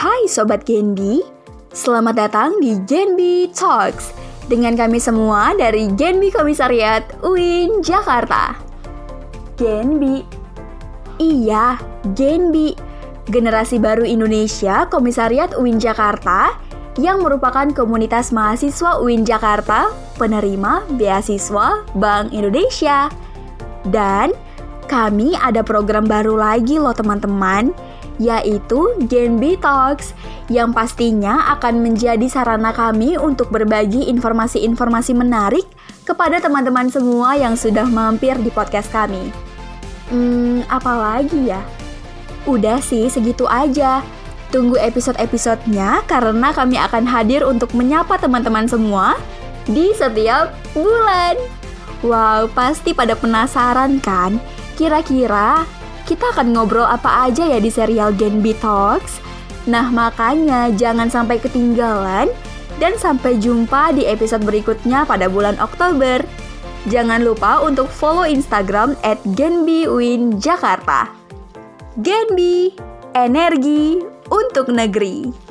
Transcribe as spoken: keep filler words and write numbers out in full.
Hai Sobat Genbi, selamat datang di Genbi Talks dengan kami semua dari Genbi Komisariat U I N Jakarta. Genbi, iya Genbi, generasi baru Indonesia Komisariat U I N Jakarta yang merupakan komunitas mahasiswa U I N Jakarta penerima beasiswa Bank Indonesia. Dan kami ada program baru lagi loh teman-teman, yaitu Genbi Talks, yang pastinya akan menjadi sarana kami untuk berbagi informasi-informasi menarik kepada teman-teman semua yang sudah mampir di podcast kami. Hmm, apalagi ya? Udah sih, segitu aja. Tunggu episode-episodenya karena kami akan hadir untuk menyapa teman-teman semua di setiap bulan. Wow, pasti pada penasaran kan? Kira-kira kita akan ngobrol apa aja ya di serial Genbi Talks? Nah, makanya jangan sampai ketinggalan dan sampai jumpa di episode berikutnya pada bulan Oktober. Jangan lupa untuk follow Instagram at genbi u i n jakarta. Genbi, energi untuk negeri.